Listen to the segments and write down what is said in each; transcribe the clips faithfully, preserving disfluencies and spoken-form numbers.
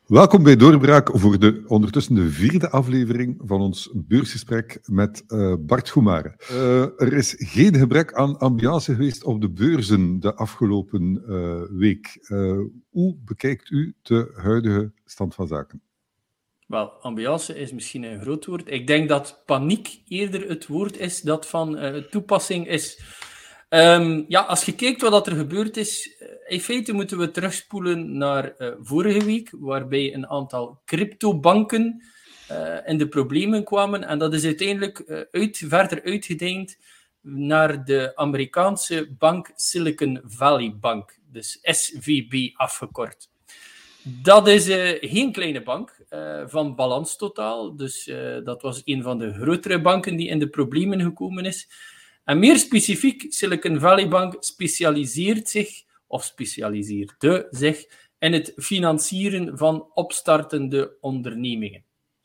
Welkom bij Doorbraak voor de ondertussen de vierde aflevering van ons beursgesprek met uh, Bart Goemare. Uh, er is geen gebrek aan ambiance geweest op de beurzen de afgelopen uh, week. Uh, hoe bekijkt u de huidige stand van zaken? Wel, ambiance is misschien een groot woord. Ik denk dat paniek eerder het woord is dat van uh, toepassing is. Um, ja, als je kijkt wat er gebeurd is, in feite moeten we terugspoelen naar uh, vorige week, waarbij een aantal cryptobanken uh, in de problemen kwamen. En dat is uiteindelijk uh, uit, verder uitgedeind naar de Amerikaanse bank Silicon Valley Bank, dus S V B afgekort. Dat is uh, geen kleine bank, uh, van balanstotaal. Dus uh, dat was een van de grotere banken die in de problemen gekomen is. En meer specifiek, Silicon Valley Bank specialiseert zich, of specialiseerde zich, in het financieren van opstartende ondernemingen.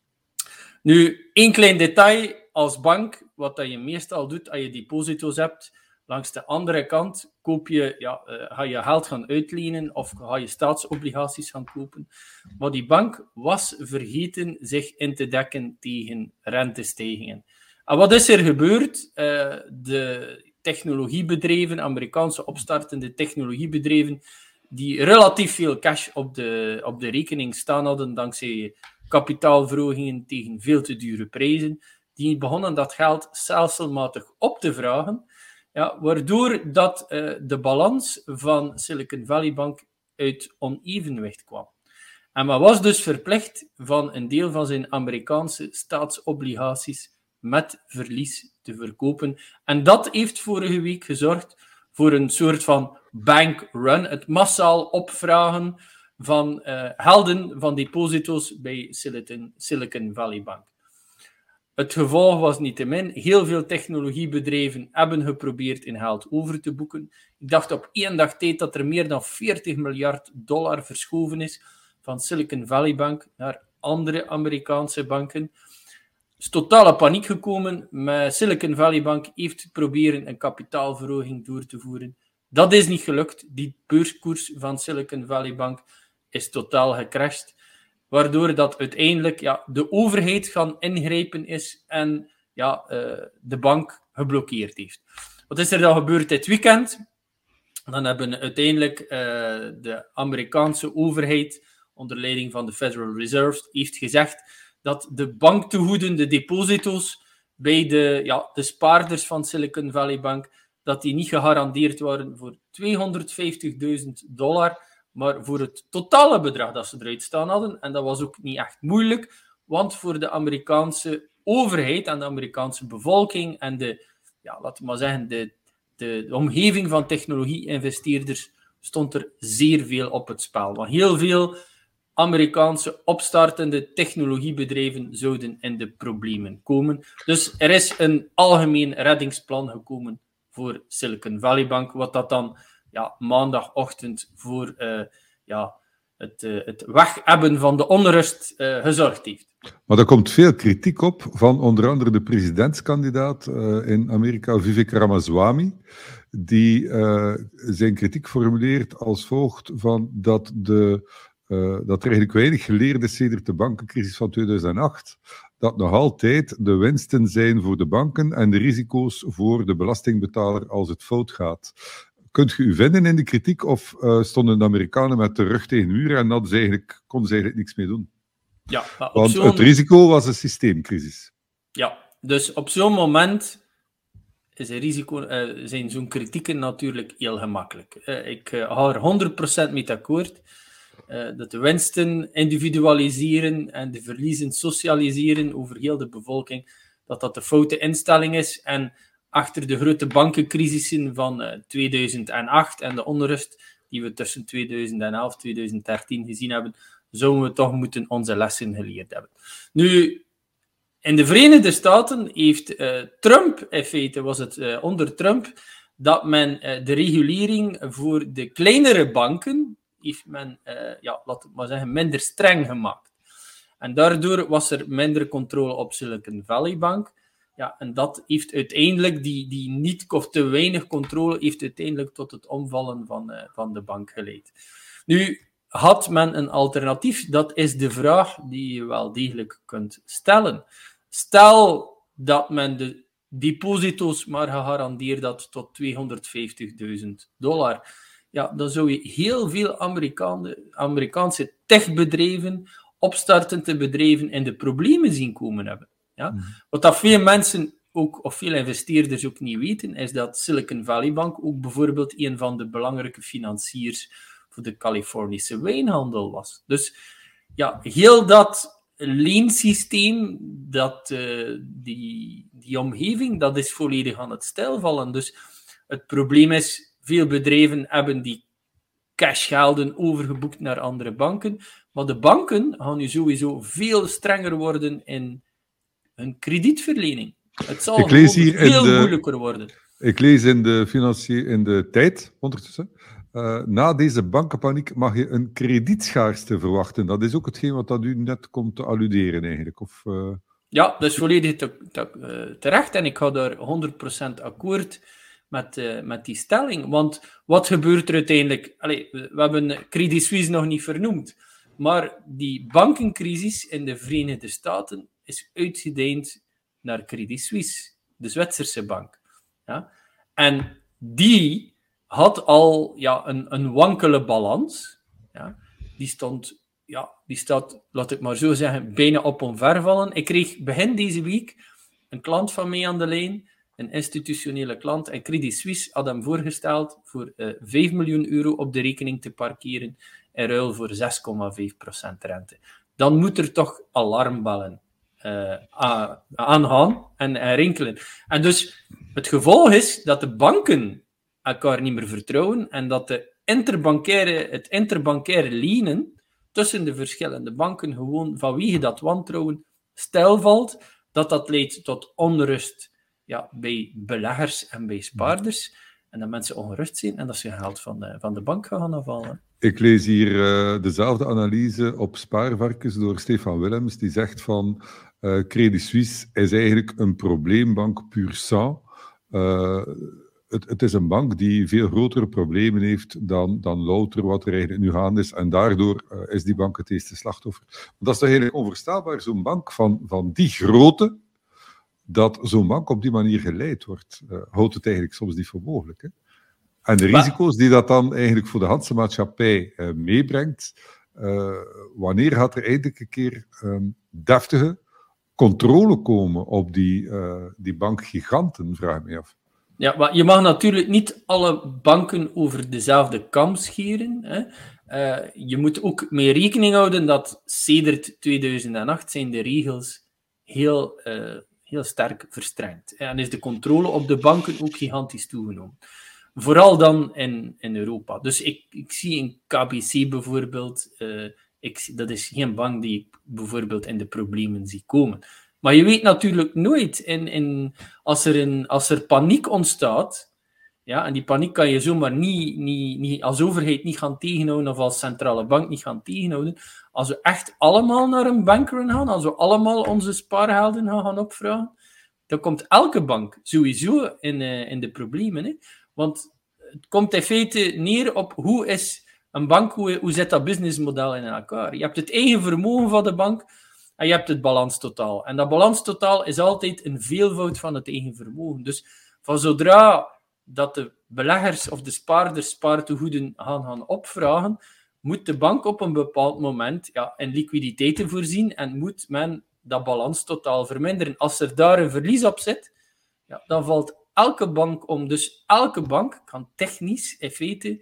Nu, één klein detail als bank, wat dat je meestal doet als je deposito's hebt. Langs de andere kant koop je, ja, uh, ga je geld gaan uitlenen of ga je staatsobligaties gaan kopen. Maar die bank was vergeten zich in te dekken tegen rentestijgingen. En wat is er gebeurd? Uh, de technologiebedrijven, Amerikaanse opstartende technologiebedrijven, die relatief veel cash op de, op de rekening staan hadden dankzij kapitaalverhogingen tegen veel te dure prijzen, die begonnen dat geld stelselmatig op te vragen. Ja, waardoor dat, uh, de balans van Silicon Valley Bank uit onevenwicht kwam. En men was dus verplicht van een deel van zijn Amerikaanse staatsobligaties met verlies te verkopen. En dat heeft vorige week gezorgd voor een soort van bankrun, het massaal opvragen van uh, helden van deposito's bij Silicon, Silicon Valley Bank. Het gevolg was niettemin, heel veel technologiebedrijven hebben geprobeerd in geld over te boeken. Ik dacht op één dag tijd dat er meer dan veertig miljard dollar verschoven is van Silicon Valley Bank naar andere Amerikaanse banken. Er is totale paniek gekomen, maar Silicon Valley Bank heeft proberen een kapitaalverhoging door te voeren. Dat is niet gelukt. Die beurskoers van Silicon Valley Bank is totaal gecrashed. Waardoor dat uiteindelijk ja, de overheid gaan ingrijpen is en ja, uh, de bank geblokkeerd heeft. Wat is er dan gebeurd dit weekend? Dan hebben uiteindelijk uh, de Amerikaanse overheid, onder leiding van de Federal Reserve, heeft gezegd dat de banktegoeden, de deposito's bij de, ja, de spaarders van Silicon Valley Bank, dat die niet gegarandeerd waren voor tweehonderdvijftigduizend dollar, maar voor het totale bedrag dat ze eruit staan hadden. En dat was ook niet echt moeilijk, want voor de Amerikaanse overheid en de Amerikaanse bevolking en de, ja, laten we maar zeggen, de, de, de omgeving van technologie-investeerders stond er zeer veel op het spel. Want heel veel Amerikaanse opstartende technologiebedrijven zouden in de problemen komen. Dus er is een algemeen reddingsplan gekomen voor Silicon Valley Bank, wat dat dan ja, maandagochtend voor uh, ja, het, uh, het weghebben van de onrust uh, gezorgd heeft. Maar er komt veel kritiek op van onder andere de presidentskandidaat uh, in Amerika, Vivek Ramaswamy, die uh, zijn kritiek formuleert als volgt van dat, de, uh, dat er eigenlijk weinig geleerd is sedert de bankencrisis van tweeduizend acht, dat nog altijd de winsten zijn voor de banken en de risico's voor de belastingbetaler als het fout gaat. Kunt u u vinden in de kritiek of uh, stonden de Amerikanen met de rug tegen de muur en hadden ze eigenlijk, konden ze eigenlijk niks mee doen? Ja, maar op Want zo'n... het risico was een systeemcrisis. Ja, dus op zo'n moment is een risico, uh, zijn zo'n kritieken natuurlijk heel gemakkelijk. Uh, ik uh, ga er honderd procent mee akkoord uh, dat de winsten individualiseren en de verliezen socialiseren over heel de bevolking, dat dat de foute instelling is en achter de grote bankencrisissen van uh, tweeduizend acht en de onrust die we tussen tweeduizend elf en tweeduizend dertien gezien hebben, zouden we toch moeten onze lessen geleerd hebben. Nu, in de Verenigde Staten heeft uh, Trump, in feite was het uh, onder Trump, dat men uh, de regulering voor de kleinere banken, heeft men, uh, ja, laat het maar zeggen, minder streng gemaakt. En daardoor was er minder controle op Silicon Valley Bank. Ja, en dat heeft uiteindelijk, die, die niet of te weinig controle, heeft uiteindelijk tot het omvallen van, uh, van de bank geleid. Nu, had men een alternatief? Dat is de vraag die je wel degelijk kunt stellen. Stel dat men de deposito's maar gegarandeerd had tot tweehonderdvijftigduizend dollar. Ja, dan zou je heel veel Amerikaanse, Amerikaanse techbedrijven, opstartende bedrijven, in de problemen zien komen hebben. Ja? Mm. Wat dat veel mensen ook, of veel investeerders ook niet weten, is dat Silicon Valley Bank ook bijvoorbeeld een van de belangrijke financiers voor de Californische wijnhandel was. Dus ja, heel dat leensysteem, dat, uh, die, die omgeving, dat is volledig aan het stilvallen. Dus het probleem is, veel bedrijven hebben die cashgelden overgeboekt naar andere banken, maar de banken gaan nu sowieso veel strenger worden in hun kredietverlening. Het zal ik lees hier veel in de, moeilijker worden. Ik lees in de, financie- in de tijd, ondertussen, uh, na deze bankenpaniek mag je een kredietschaarste verwachten. Dat is ook hetgeen wat dat u net komt te alluderen, eigenlijk. Of, uh... Ja, dat is volledig te, te, uh, terecht en ik ga daar honderd procent akkoord met, uh, met die stelling. Want wat gebeurt er uiteindelijk? Allee, we, we hebben Credit Suisse nog niet vernoemd, maar die bankencrisis in de Verenigde Staten is uitgediend naar Credit Suisse, de Zwitserse bank. Ja? En die had al ja, een, een wankele balans. Ja? Die stond, ja, die staat, laat ik maar zo zeggen, bijna op omvervallen. Ik kreeg begin deze week een klant van mij aan de lijn, een institutionele klant, en Credit Suisse had hem voorgesteld voor uh, vijf miljoen euro op de rekening te parkeren in ruil voor zes komma vijf procent rente. Dan moet er toch alarmbellen Uh, aangaan en, en rinkelen. En dus het gevolg is dat de banken elkaar niet meer vertrouwen en dat de interbankaire, het interbankaire lenen tussen de verschillende banken gewoon vanwege dat wantrouwen stilvalt, dat dat leidt tot onrust ja, bij beleggers en bij spaarders en dat mensen ongerust zijn en dat ze geld van de, van de bank gaan afhalen. Ik lees hier uh, dezelfde analyse op Spaarvarkens door Stefan Willems, die zegt van uh, Credit Suisse is eigenlijk een probleembank puur sang. Uh, het, het is een bank die veel grotere problemen heeft dan, dan louter wat er eigenlijk nu gaande is. En daardoor uh, is die bank het eerste slachtoffer. Want dat is toch eigenlijk onvoorstelbaar, zo'n bank van, van die grootte, dat zo'n bank op die manier geleid wordt. Uh, houdt het eigenlijk soms niet voor mogelijk, hè? En de risico's die dat dan eigenlijk voor de Hanse maatschappij uh, meebrengt, uh, wanneer gaat er eindelijk een keer um, deftige controle komen op die, uh, die bankgiganten, vraag ik me af. Ja, maar je mag natuurlijk niet alle banken over dezelfde kam scheren. Hè. Uh, je moet ook mee rekening houden dat sedert tweeduizend acht zijn de regels heel, uh, heel sterk verstrengd. En is de controle op de banken ook gigantisch toegenomen. Vooral dan in, in Europa. Dus ik, ik zie in K B C bijvoorbeeld, uh, ik, dat is geen bank die ik bijvoorbeeld in de problemen zie komen. Maar je weet natuurlijk nooit, in, in, als, er een, als er paniek ontstaat, ja, en die paniek kan je zomaar niet, niet, niet, als overheid niet gaan tegenhouden of als centrale bank niet gaan tegenhouden, als we echt allemaal naar een bankrun gaan, als we allemaal onze spaargelden gaan, gaan opvragen, dan komt elke bank sowieso in, uh, in de problemen, hè. Want het komt in feite neer op hoe is een bank, hoe, hoe zit dat businessmodel in elkaar. Je hebt het eigen vermogen van de bank en je hebt het balanstotaal. En dat balanstotaal is altijd een veelvoud van het eigen vermogen. Dus van zodra dat de beleggers of de spaarders spaartegoeden gaan, gaan opvragen, moet de bank op een bepaald moment ja, in liquiditeiten voorzien en moet men dat balanstotaal verminderen. Als er daar een verlies op zit, ja, dan valt elke bank om. Dus elke bank kan technisch, in feite,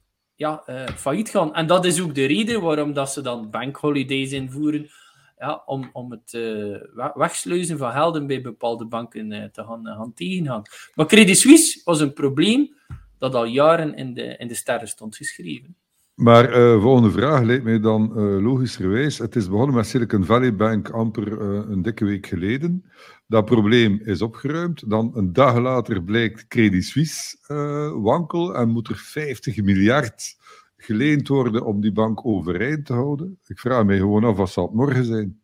ja, uh, failliet gaan. En dat is ook de reden waarom dat ze dan bankholidays invoeren, ja, om, om het uh, wegsluizen van gelden bij bepaalde banken uh, te gaan, uh, gaan tegengaan. Maar Credit Suisse was een probleem dat al jaren in de, in de sterren stond geschreven. Maar uh, volgende vraag lijkt mij dan uh, logischerwijs. Het is begonnen met Silicon Valley Bank amper uh, een dikke week geleden. Dat probleem is opgeruimd. Dan een dag later blijkt Credit Suisse uh, wankel en moet er vijftig miljard geleend worden om die bank overeind te houden. Ik vraag mij gewoon af, wat zal het morgen zijn?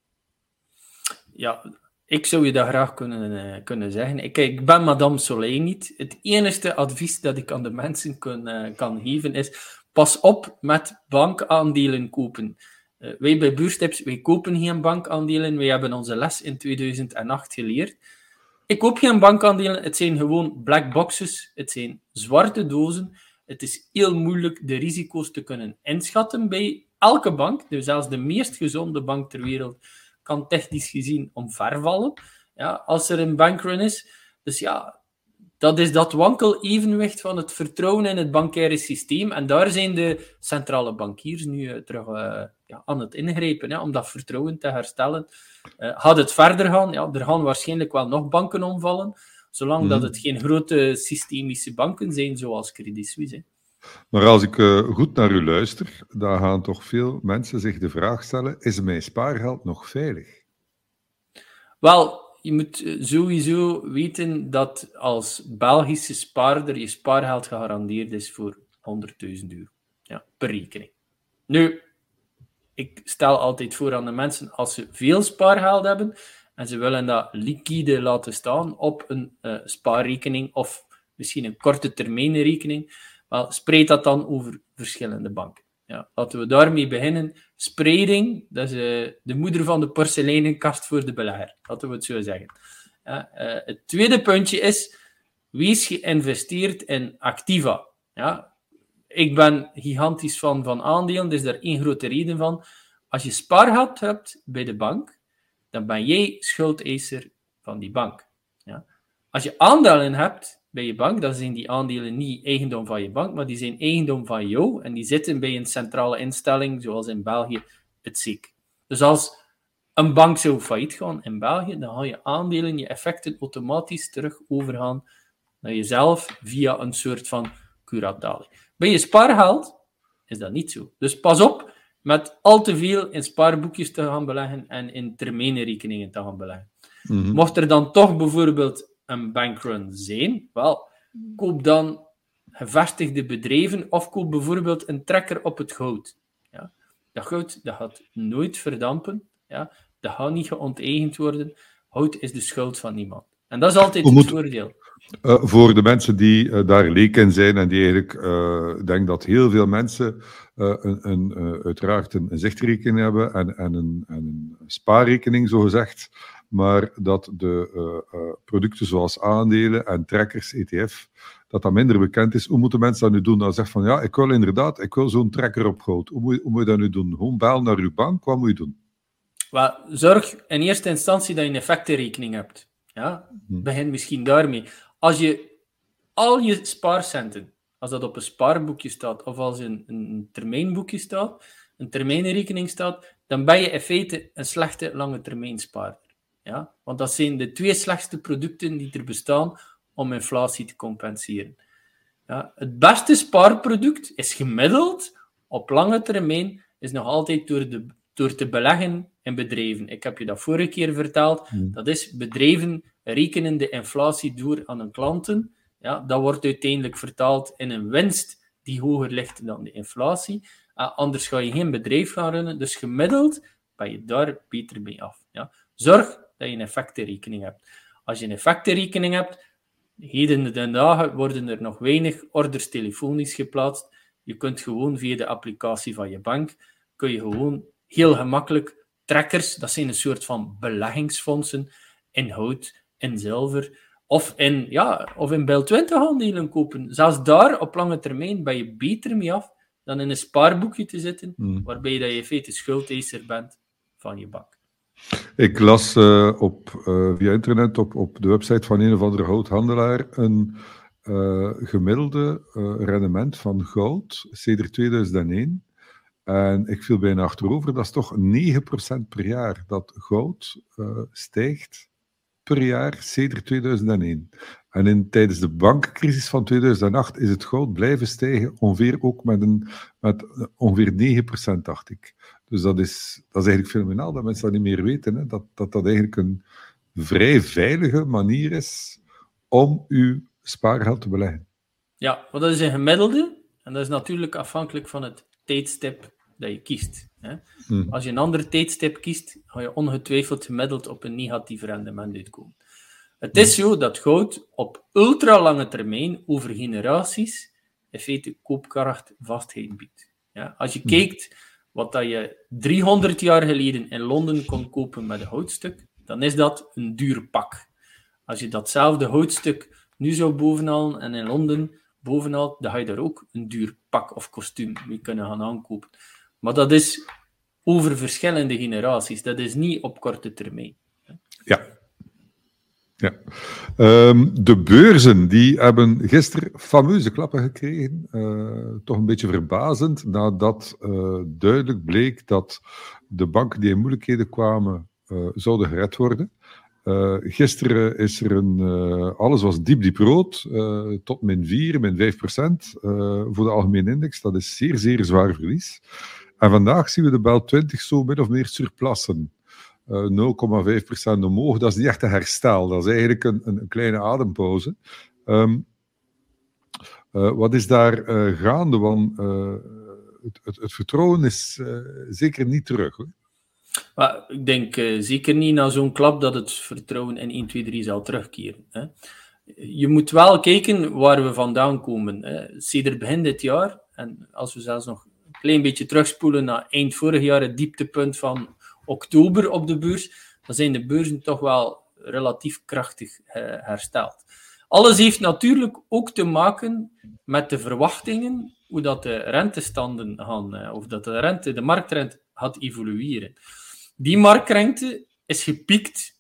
Ja, ik zou je dat graag kunnen, uh, kunnen zeggen. Ik, ik ben Madame Soleil niet. Het enige advies dat ik aan de mensen kan, uh, kan geven is, pas op met bankaandelen kopen. Uh, wij bij Buurstips, wij kopen geen bankaandelen. Wij hebben onze les in tweeduizend acht geleerd. Ik koop geen bankaandelen. Het zijn gewoon black boxes. Het zijn zwarte dozen. Het is heel moeilijk de risico's te kunnen inschatten bij elke bank. Dus zelfs de meest gezonde bank ter wereld kan technisch gezien omvervallen. Ja, als er een bankrun is. Dus ja, dat is dat wankel evenwicht van het vertrouwen in het bankaire systeem. En daar zijn de centrale bankiers nu uh, terug uh, ja, aan het ingrijpen, ja, om dat vertrouwen te herstellen. Uh, gaat het verder gaan? Ja, er gaan waarschijnlijk wel nog banken omvallen, zolang mm. dat het geen grote systemische banken zijn, zoals Credit Suisse. Hè. Maar als ik uh, goed naar u luister, dan gaan toch veel mensen zich de vraag stellen, is mijn spaargeld nog veilig? Wel, je moet sowieso weten dat als Belgische spaarder je spaargeld gegarandeerd is voor honderdduizend euro. Ja, per rekening. Nu, ik stel altijd voor aan de mensen, als ze veel spaargeld hebben en ze willen dat liquide laten staan op een uh, spaarrekening of misschien een korte termijn rekening, wel, spreid dat dan over verschillende banken. Ja, laten we daarmee beginnen. Spreiding, dat is uh, de moeder van de porseleinenkast voor de belegger. Laten we het zo zeggen. Ja, uh, het tweede puntje is, wees geïnvesteerd in activa. Ja, ik ben gigantisch fan van aandelen, dus daar één grote reden van. Als je spaargeld hebt bij de bank, dan ben jij schuldeiser van die bank. Ja. Als je aandelen hebt bij je bank, dan zijn die aandelen niet eigendom van je bank, maar die zijn eigendom van jou en die zitten bij een centrale instelling, zoals in België het S I C. Dus als een bank zou failliet gaan in België, dan gaan je aandelen, je effecten automatisch terug overgaan naar jezelf via een soort van curatalie. Bij je spaargeld is dat niet zo. Dus pas op met al te veel in spaarboekjes te gaan beleggen en in termijnrekeningen te gaan beleggen. Mm-hmm. Mocht er dan toch bijvoorbeeld een bankrun zijn, wel, koop dan gevestigde bedrijven of koop bijvoorbeeld een trekker op het goud. Ja? Dat goud dat gaat nooit verdampen, ja? Dat gaat niet geonteigend worden. Hout is de schuld van niemand. En dat is altijd het voordeel. Uh, voor de mensen die uh, daar leek in zijn en die eigenlijk uh, denken dat heel veel mensen uh, een, een, uh, uiteraard een, een zichtrekening hebben en, en, een, en een spaarrekening, zogezegd, maar dat de uh, uh, producten zoals aandelen en trekkers, E T F, dat dat minder bekend is. Hoe moeten mensen dat nu doen? Dan zeggen van, ja, ik wil inderdaad, ik wil zo'n trekker op goud. Hoe moet, hoe moet je dat nu doen? Gewoon bel naar uw bank, wat moet je doen? Well, zorg in eerste instantie dat je een effectenrekening hebt. Ja? Hm. Begin misschien daarmee. Als je al je spaarcenten, als dat op een spaarboekje staat, of als een, een termijnboekje staat, een termijnrekening staat, dan ben je in feite een slechte lange termijn spaarder. Ja? Want dat zijn de twee slechtste producten die er bestaan om inflatie te compenseren. Ja? Het beste spaarproduct is gemiddeld, op lange termijn, is nog altijd door, de, door te beleggen in bedrijven. Ik heb je dat vorige keer verteld. Hmm. Dat is bedrijven rekenen de inflatie door aan hun klanten. Ja, dat wordt uiteindelijk vertaald in een winst die hoger ligt dan de inflatie. Uh, anders ga je geen bedrijf gaan runnen. Dus gemiddeld ben je daar beter mee af. Ja. Zorg dat je een effectenrekening hebt. Als je een effectenrekening hebt, heden de dagen worden er nog weinig orders telefonisch geplaatst. Je kunt gewoon via de applicatie van je bank, kun je gewoon heel gemakkelijk trekkers, dat zijn een soort van beleggingsfondsen, in hout, in zilver, of in, ja, of in Bijl twintig aandelen kopen. Zelfs daar, op lange termijn, ben je beter mee af dan in een spaarboekje te zitten, mm. waarbij dat je in feite schuldeiser bent van je bank. Ik las uh, op, uh, via internet op, op de website van een of andere houthandelaar een uh, gemiddelde uh, rendement van goud sedert tweeduizend één. En ik viel bijna achterover, dat is toch negen procent per jaar dat goud uh, stijgt per jaar sedert tweeduizend één. En in, tijdens de bankencrisis van tweeduizend acht is het goud blijven stijgen, ongeveer ook met, een, met ongeveer negen procent, dacht ik. Dus dat is, dat is eigenlijk fenomenaal, dat mensen dat niet meer weten. Hè? Dat, dat dat eigenlijk een vrij veilige manier is om uw spaargeld te beleggen. Ja, want dat is een gemiddelde. En dat is natuurlijk afhankelijk van het tijdstip dat je kiest. Hè? Hmm. Als je een ander tijdstip kiest, ga je ongetwijfeld gemiddeld op een negatief rendement uitkomen. Het is zo dat goud op ultralange termijn, over generaties, in feite koopkracht vastheid biedt. Ja, als je kijkt wat dat je driehonderd jaar geleden in Londen kon kopen met een houtstuk, dan is dat een duur pak. Als je datzelfde houtstuk nu zou bovenhalen en in Londen bovenhaalt, dan ga je daar ook een duur pak of kostuum mee kunnen gaan aankopen. Maar dat is over verschillende generaties. Dat is niet op korte termijn. Ja. Ja. Um, de beurzen die hebben gisteren fameuze klappen gekregen. Uh, toch een beetje verbazend, nadat uh, duidelijk bleek dat de banken die in moeilijkheden kwamen, uh, zouden gered worden. Uh, gisteren is er een... Uh, alles was diep, diep rood, uh, tot min vier, min vijf procent uh, voor de algemene index. Dat is zeer, zeer zwaar verlies. En vandaag zien we de Bel twintig zo min of meer surplassen. Uh, nul komma vijf procent omhoog, dat is niet echt een herstel. Dat is eigenlijk een, een, een kleine adempauze. Um, uh, wat is daar uh, gaande? Want uh, het, het, het vertrouwen is uh, zeker niet terug. Hoor. Maar ik denk uh, zeker niet na zo'n klap dat het vertrouwen in één, twee, drie zal terugkeren. Hè. Je moet wel kijken waar we vandaan komen. Hè. Sedert begin dit jaar, en als we zelfs nog een klein beetje terugspoelen naar eind vorig jaar, het dieptepunt van oktober op de beurs, dan zijn de beurzen toch wel relatief krachtig uh, hersteld. Alles heeft natuurlijk ook te maken met de verwachtingen, hoe dat de rentestanden gaan, uh, of dat de rente, de marktrente gaat evolueren. Die marktrente is gepiekt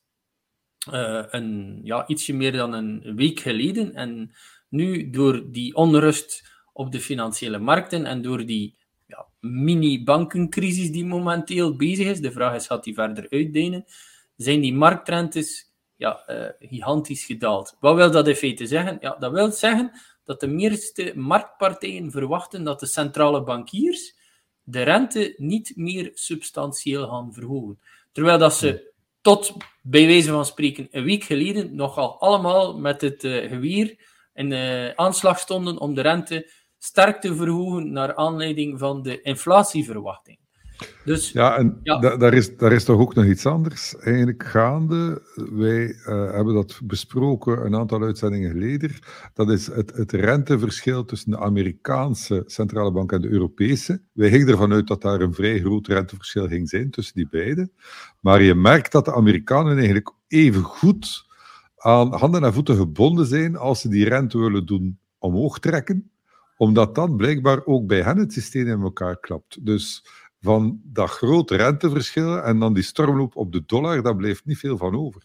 uh, een, ja, ietsje meer dan een week geleden, en nu door die onrust op de financiële markten en door die ja, mini-bankencrisis die momenteel bezig is, de vraag is, gaat die verder uitdijnen, zijn die marktrentes ja, uh, gigantisch gedaald. Wat wil dat in feite zeggen? Ja, dat wil zeggen dat de meeste marktpartijen verwachten dat de centrale bankiers de rente niet meer substantieel gaan verhogen. Terwijl dat ze tot, bij wijze van spreken, een week geleden nogal allemaal met het uh, geweer in uh, aanslag stonden om de rente sterk te verhogen naar aanleiding van de inflatieverwachting. Dus, ja, en ja. Da- daar, is, daar is toch ook nog iets anders eigenlijk gaande. Wij uh, hebben dat besproken een aantal uitzendingen geleden. Dat is het, het renteverschil tussen de Amerikaanse centrale bank en de Europese. Wij gingen ervan uit dat daar een vrij groot renteverschil ging zijn tussen die beiden. Maar je merkt dat de Amerikanen eigenlijk even goed aan handen en voeten gebonden zijn als ze die rente willen doen omhoog trekken, omdat dan blijkbaar ook bij hen het systeem in elkaar klapt. Dus van dat grote renteverschil en dan die stormloop op de dollar, daar blijft niet veel van over.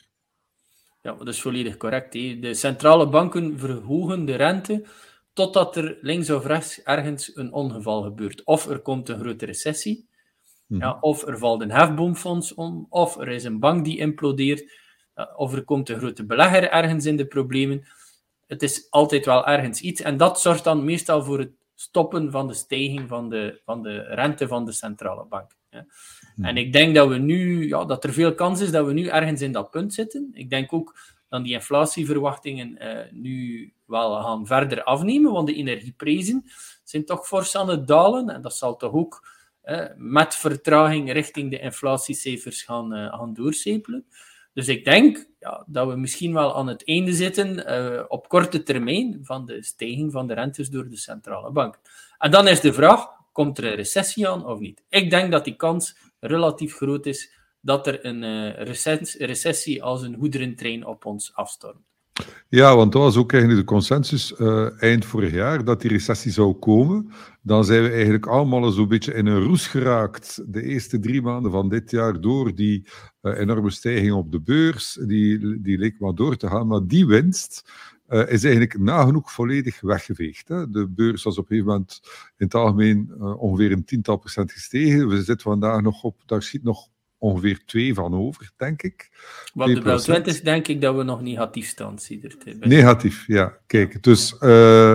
Ja, dat is volledig correct. Hè. De centrale banken verhogen de rente totdat er links of rechts ergens een ongeval gebeurt. Of er komt een grote recessie, mm-hmm. ja, of er valt een hefboomfonds om, of er is een bank die implodeert, ja, of er komt een grote belegger ergens in de problemen. Het is altijd wel ergens iets. En dat zorgt dan meestal voor het stoppen van de stijging van de, van de rente van de centrale bank. Ja. Hmm. En ik denk dat we nu, ja, dat er veel kans is dat we nu ergens in dat punt zitten. Ik denk ook dat die inflatieverwachtingen uh, nu wel gaan verder afnemen, want de energieprijzen zijn toch fors aan het dalen. En dat zal toch ook uh, met vertraging richting de inflatiecijfers gaan, uh, gaan doorcijpelen. Dus ik denk ja, dat we misschien wel aan het einde zitten uh, op korte termijn van de stijging van de rentes door de centrale bank. En dan is de vraag, komt er een recessie aan of niet? Ik denk dat die kans relatief groot is dat er een uh, recessie als een goederentrein op ons afstormt. Ja, want dat was ook eigenlijk de consensus uh, eind vorig jaar, dat die recessie zou komen. Dan zijn we eigenlijk allemaal zo'n beetje in een roes geraakt de eerste drie maanden van dit jaar door die uh, enorme stijging op de beurs. Die, die leek maar door te gaan, maar die winst uh, is eigenlijk nagenoeg volledig weggeveegd. Hè. De beurs was op een gegeven moment in het algemeen uh, ongeveer een tiental procent gestegen. We zitten vandaag nog op, daar schiet nog ongeveer twee van over, denk ik. Wat de Bel twintig denk ik dat we nog negatief staan. Negatief, ja. Kijk, dus uh,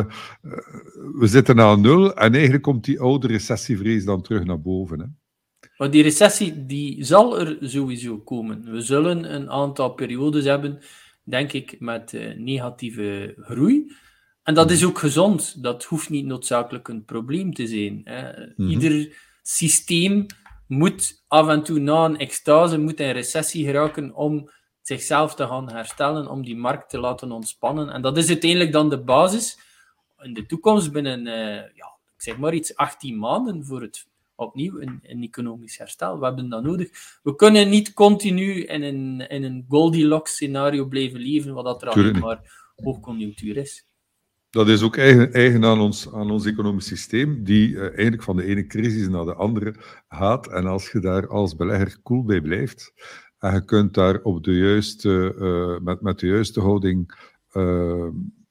we zitten aan nul en eigenlijk komt die oude recessievrees dan terug naar boven. Hè. Maar die recessie die zal er sowieso komen. We zullen een aantal periodes hebben, denk ik, met uh, negatieve groei. En dat is ook gezond. Dat hoeft niet noodzakelijk een probleem te zijn. Hè. Mm-hmm. Ieder systeem moet af en toe na een extase, moet in recessie geraken om zichzelf te gaan herstellen, om die markt te laten ontspannen. En dat is uiteindelijk dan de basis in de toekomst binnen, uh, ja, ik zeg maar iets, achttien maanden voor het opnieuw een, een economisch herstel. We hebben dat nodig. We kunnen niet continu in een, in een Goldilocks scenario blijven leven, wat dat er alleen maar hoogconjunctuur is. Dat is ook eigen, eigen aan, ons, aan ons economisch systeem, die uh, eigenlijk van de ene crisis naar de andere gaat. En als je daar als belegger cool bij blijft, en je kunt daar op de juiste, uh, met, met de juiste houding uh,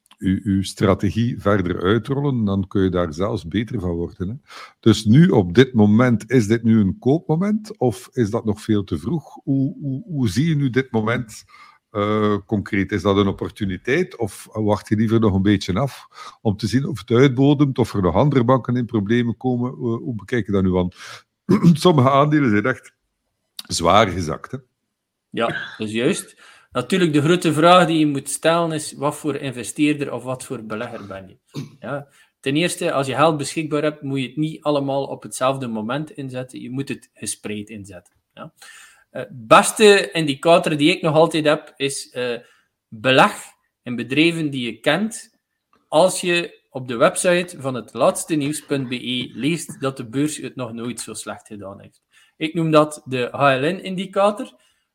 je strategie verder uitrollen, dan kun je daar zelfs beter van worden. Hè. Dus nu, op dit moment, is dit nu een koopmoment, of is dat nog veel te vroeg? Hoe, hoe, hoe zie je nu dit moment Uh, concreet? Is dat een opportuniteit of wacht je liever nog een beetje af om te zien of het uitbodemt, of er nog andere banken in problemen komen? Uh, hoe bekijk je dat nu aan? Sommige aandelen zijn echt zwaar gezakt. Hè? Ja, dat is juist. Natuurlijk, de grote vraag die je moet stellen is, wat voor investeerder of wat voor belegger ben je? Ja. Ten eerste, als je geld beschikbaar hebt, moet je het niet allemaal op hetzelfde moment inzetten. Je moet het gespreid inzetten. Ja. Het uh, beste indicator die ik nog altijd heb, is uh, beleg in bedrijven die je kent, als je op de website van het laatste nieuws punt b e leest dat de beurs het nog nooit zo slecht gedaan heeft. Ik noem dat de H L N-indicator.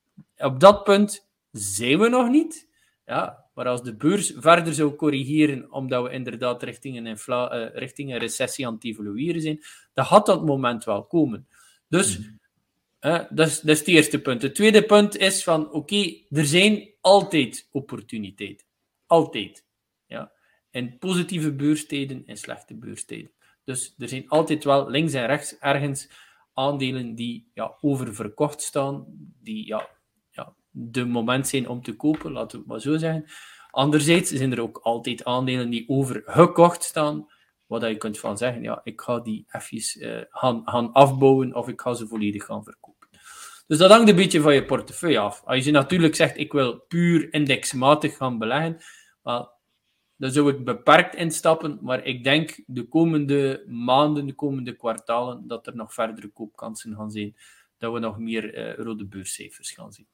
Op dat punt zijn we nog niet. Ja, maar als de beurs verder zou corrigeren, omdat we inderdaad richting een, infla- uh, richting een recessie aan het evolueren zijn, dan gaat dat moment wel komen. Dus... Mm. Uh, dat, is, dat is het eerste punt. Het tweede punt is van, oké, okay, er zijn altijd opportuniteiten. Altijd. Ja. In positieve beurstijden en slechte beurstijden. Dus er zijn altijd wel links en rechts ergens aandelen die ja, oververkocht staan, die ja, ja, de moment zijn om te kopen, laten we het maar zo zeggen. Anderzijds zijn er ook altijd aandelen die overgekocht staan, waar je kunt van zeggen, ja, ik ga die even uh, gaan, gaan afbouwen of ik ga ze volledig gaan verkopen. Dus dat hangt een beetje van je portefeuille af. Als je natuurlijk zegt, ik wil puur indexmatig gaan beleggen, well, dan zou ik beperkt instappen, maar ik denk de komende maanden, de komende kwartalen, dat er nog verdere koopkansen gaan zijn, dat we nog meer uh, rode beurscijfers gaan zien.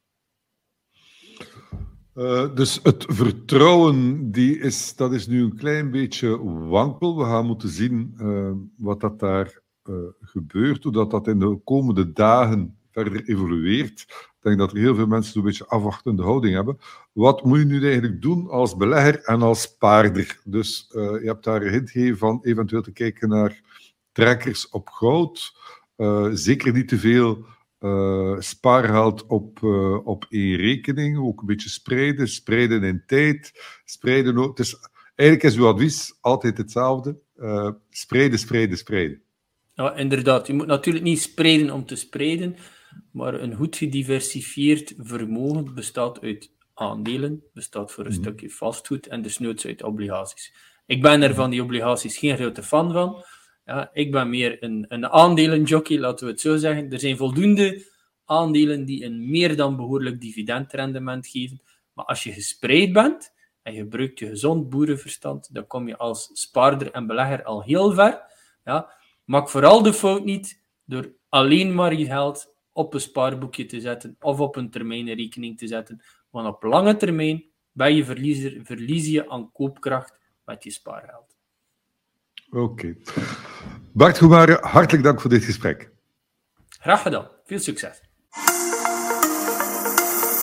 Uh, dus het vertrouwen, die is, dat is nu een klein beetje wankel. We gaan moeten zien uh, wat dat daar uh, gebeurt, hoe dat, dat in de komende dagen verder evolueert. Ik denk dat er heel veel mensen zo'n beetje afwachtende houding hebben. Wat moet je nu eigenlijk doen als belegger en als spaarder? Dus uh, je hebt daar een hint gegeven van eventueel te kijken naar trekkers op goud. Uh, zeker niet te veel uh, spaargeld op, uh, op één rekening. Ook een beetje spreiden. Spreiden in tijd. Spreiden ook. Dus eigenlijk is uw advies altijd hetzelfde. Uh, spreiden, spreiden, spreiden. Ja, inderdaad. Je moet natuurlijk niet spreiden om te spreiden. Maar een goed gediversifieerd vermogen bestaat uit aandelen, bestaat voor een mm. stukje vastgoed en desnoods uit obligaties. Ik ben er van die obligaties geen grote fan van. Ja, ik ben meer een, een aandelenjockey, laten we het zo zeggen. Er zijn voldoende aandelen die een meer dan behoorlijk dividendrendement geven. Maar als je gespreid bent en je gebruikt je gezond boerenverstand, dan kom je als spaarder en belegger al heel ver. Ja, maak vooral de fout niet door alleen maar je geld op een spaarboekje te zetten of op een termijnrekening te zetten. Want op lange termijn ben je verliezer, verlies je aan koopkracht met je spaargeld. Oké. Okay. Bart Goemare, hartelijk dank voor dit gesprek. Graag gedaan. Veel succes.